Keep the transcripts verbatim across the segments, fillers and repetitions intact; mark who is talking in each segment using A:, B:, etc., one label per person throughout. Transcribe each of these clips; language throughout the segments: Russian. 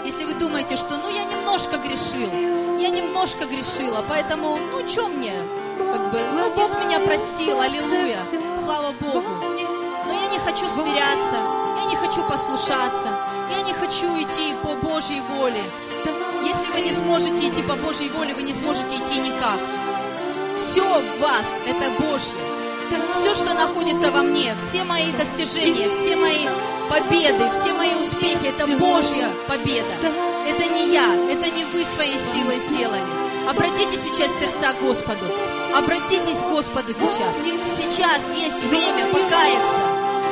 A: Если вы думаете, что ну я немножко грешил, я немножко грешила, поэтому ну что мне, как бы, ну Бог меня простил, аллилуйя, слава Богу. Но я не хочу смиряться, я не хочу послушаться, я не хочу идти по Божьей воле. Если вы не сможете идти по Божьей воле, вы не сможете идти никак. Все в вас – это Божье. Все, что находится во мне, все мои достижения, все мои победы, все мои успехи – это Божья победа. Это не я, это не вы своей силой сделали. Обратите сейчас сердца к Господу. Обратитесь к Господу сейчас. Сейчас есть время покаяться.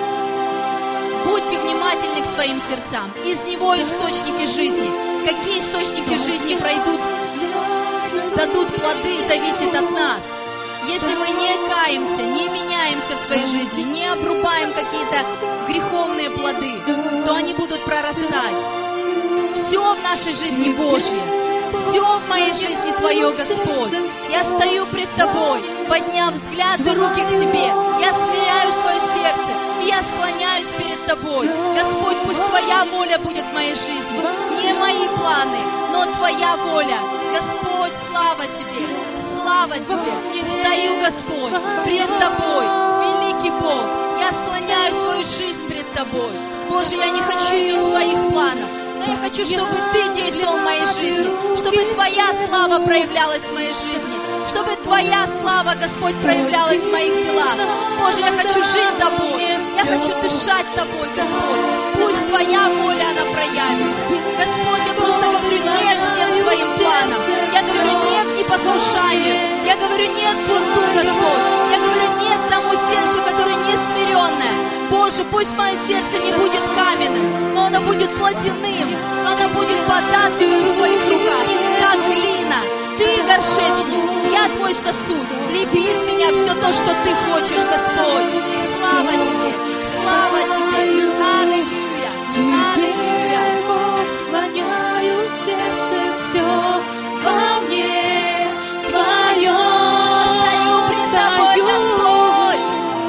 A: Будьте внимательны к своим сердцам. Из него источники жизни. Какие источники жизни пройдут, дадут плоды, зависит от нас. Если мы не каемся, не меняемся в своей жизни, не обрубаем какие-то греховные плоды, то они будут прорастать. Все в нашей жизни Божье. Все в моей жизни Твое, Господь. Я стою пред Тобой, подняв взгляд и руки к Тебе. Я смиряю свое сердце, и я склоняюсь перед Тобой. Господь, пусть Твоя воля будет в моей жизни. Не мои планы, но Твоя воля. Господь, слава Тебе, слава Тебе. Стою, Господь, пред Тобой, великий Бог. Я склоняю свою жизнь пред Тобой. Боже, я не хочу иметь своих планов. Но я хочу, чтобы Ты действовал в моей жизни, чтобы Твоя слава проявлялась в моей жизни, чтобы Твоя слава, Господь, проявлялась в моих делах. Боже, я хочу жить Тобой, я хочу дышать Тобой, Господь. Пусть Твоя воля, она проявится. Господь, я просто говорю нет всем своим планам. Я говорю нет непослушанию. Я говорю нет бунту, Господь. Я говорю нет тому сердцу, которое не смиренное. Боже, пусть мое сердце не будет каменным, но оно будет плотяным, оно будет податливым в Твоих руках, как глина. Ты горшечник, я Твой сосуд. Лепи из меня все то, что Ты хочешь, Господь. Слава Тебе, слава Тебе. Аллилуйя, аллилуйя.
B: Склоняю сердце все во мне Твое.
A: Стою пред Тобой, Господь.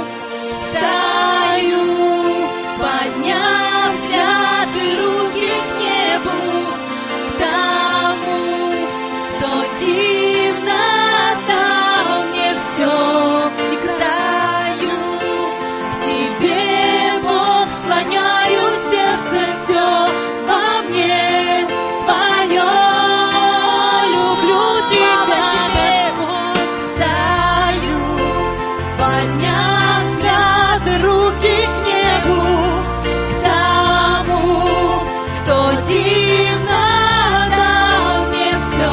B: Стою, подняв взгляд и руки к небу, к тому, кто дивно дал мне все. Стою, к Тебе, Бог, склоняю сердце все во мне Твое. Люблю Тебя, Господь. Стою, подняв взгляд и руки к небу, к тому, кто дивно дал мне все.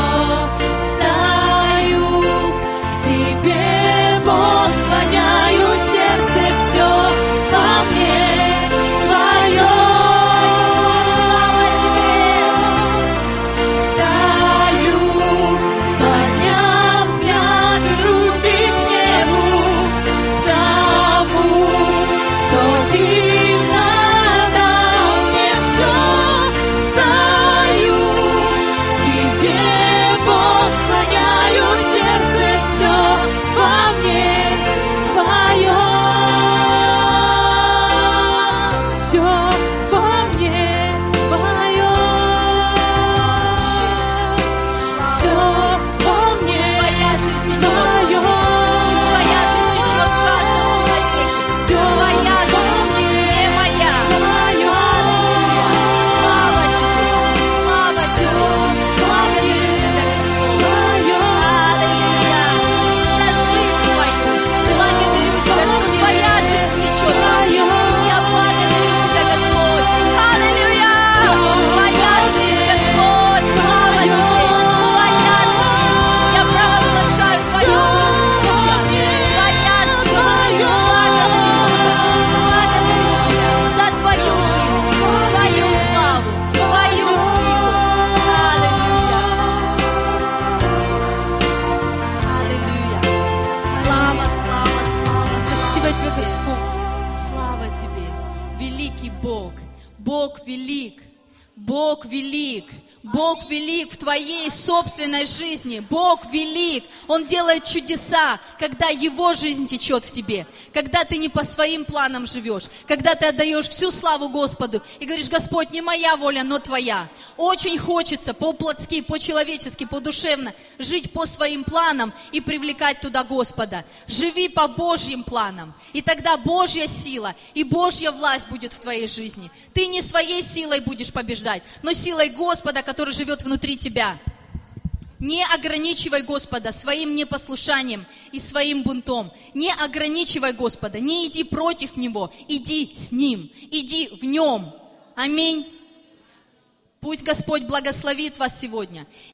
B: Стою, к Тебе, Бог, склоняю сердце все во мне Твое. Слава Тебе. Стою, подняв взгляд и руки к небу, к тому, кто дивно дал мне все. Стою, к Тебе, Бог, склоняю сердце все во мне Твое. Все во мне Твое. Все во мне
A: Твоя жизнь течет.
B: Твое.
A: Пусть Твоя жизнь течет в каждом человеке.
B: Все
A: Твоя жизнь, не моя. Аллилуйя. Слава Тебе, слава Тебе. Благодарю Тебя, Господь. Аллилуйя. За жизнь Твою. Благодарю Тебя, что Твоя жизнь течет во мне. Я благодарю Тебя, Господь. Аллилуйя. Твоя жизнь, Господь. Слава Тебе. Твоя жизнь. Я провозглашаю Твою жизнь сейчас. Твоя жизнь. Благодарю Тебя. Благодарю Тебя за Твою жизнь, Твою славу, Твою силу. Аллилуйя. Аллилуйя. Слава, слава, слава.
B: Спасибо Тебе,
A: Тебе.
B: Господь.
A: Слава Тебе, великий Бог. Бог велик. Бог велик. Бог велик в твоей собственной жизни. Бог велик. Он делает чудеса, когда Его жизнь течет в тебе. Когда ты не по своим планам живешь. Когда ты отдаешь всю славу Господу и говоришь: Господь, не моя воля, но Твоя. Очень хочется по-плотски, по-человечески, по-душевно жить по своим планам и привлекать туда Господа. Живи по Божьим планам. И тогда Божья сила и Божья власть будет в твоей жизни. Ты не своей силой будешь побеждать, но силой Господа, который живет внутри тебя. Не ограничивай Господа своим непослушанием и своим бунтом. Не ограничивай Господа, не иди против Него, иди с Ним, иди в Нем. Аминь. Пусть Господь благословит вас сегодня.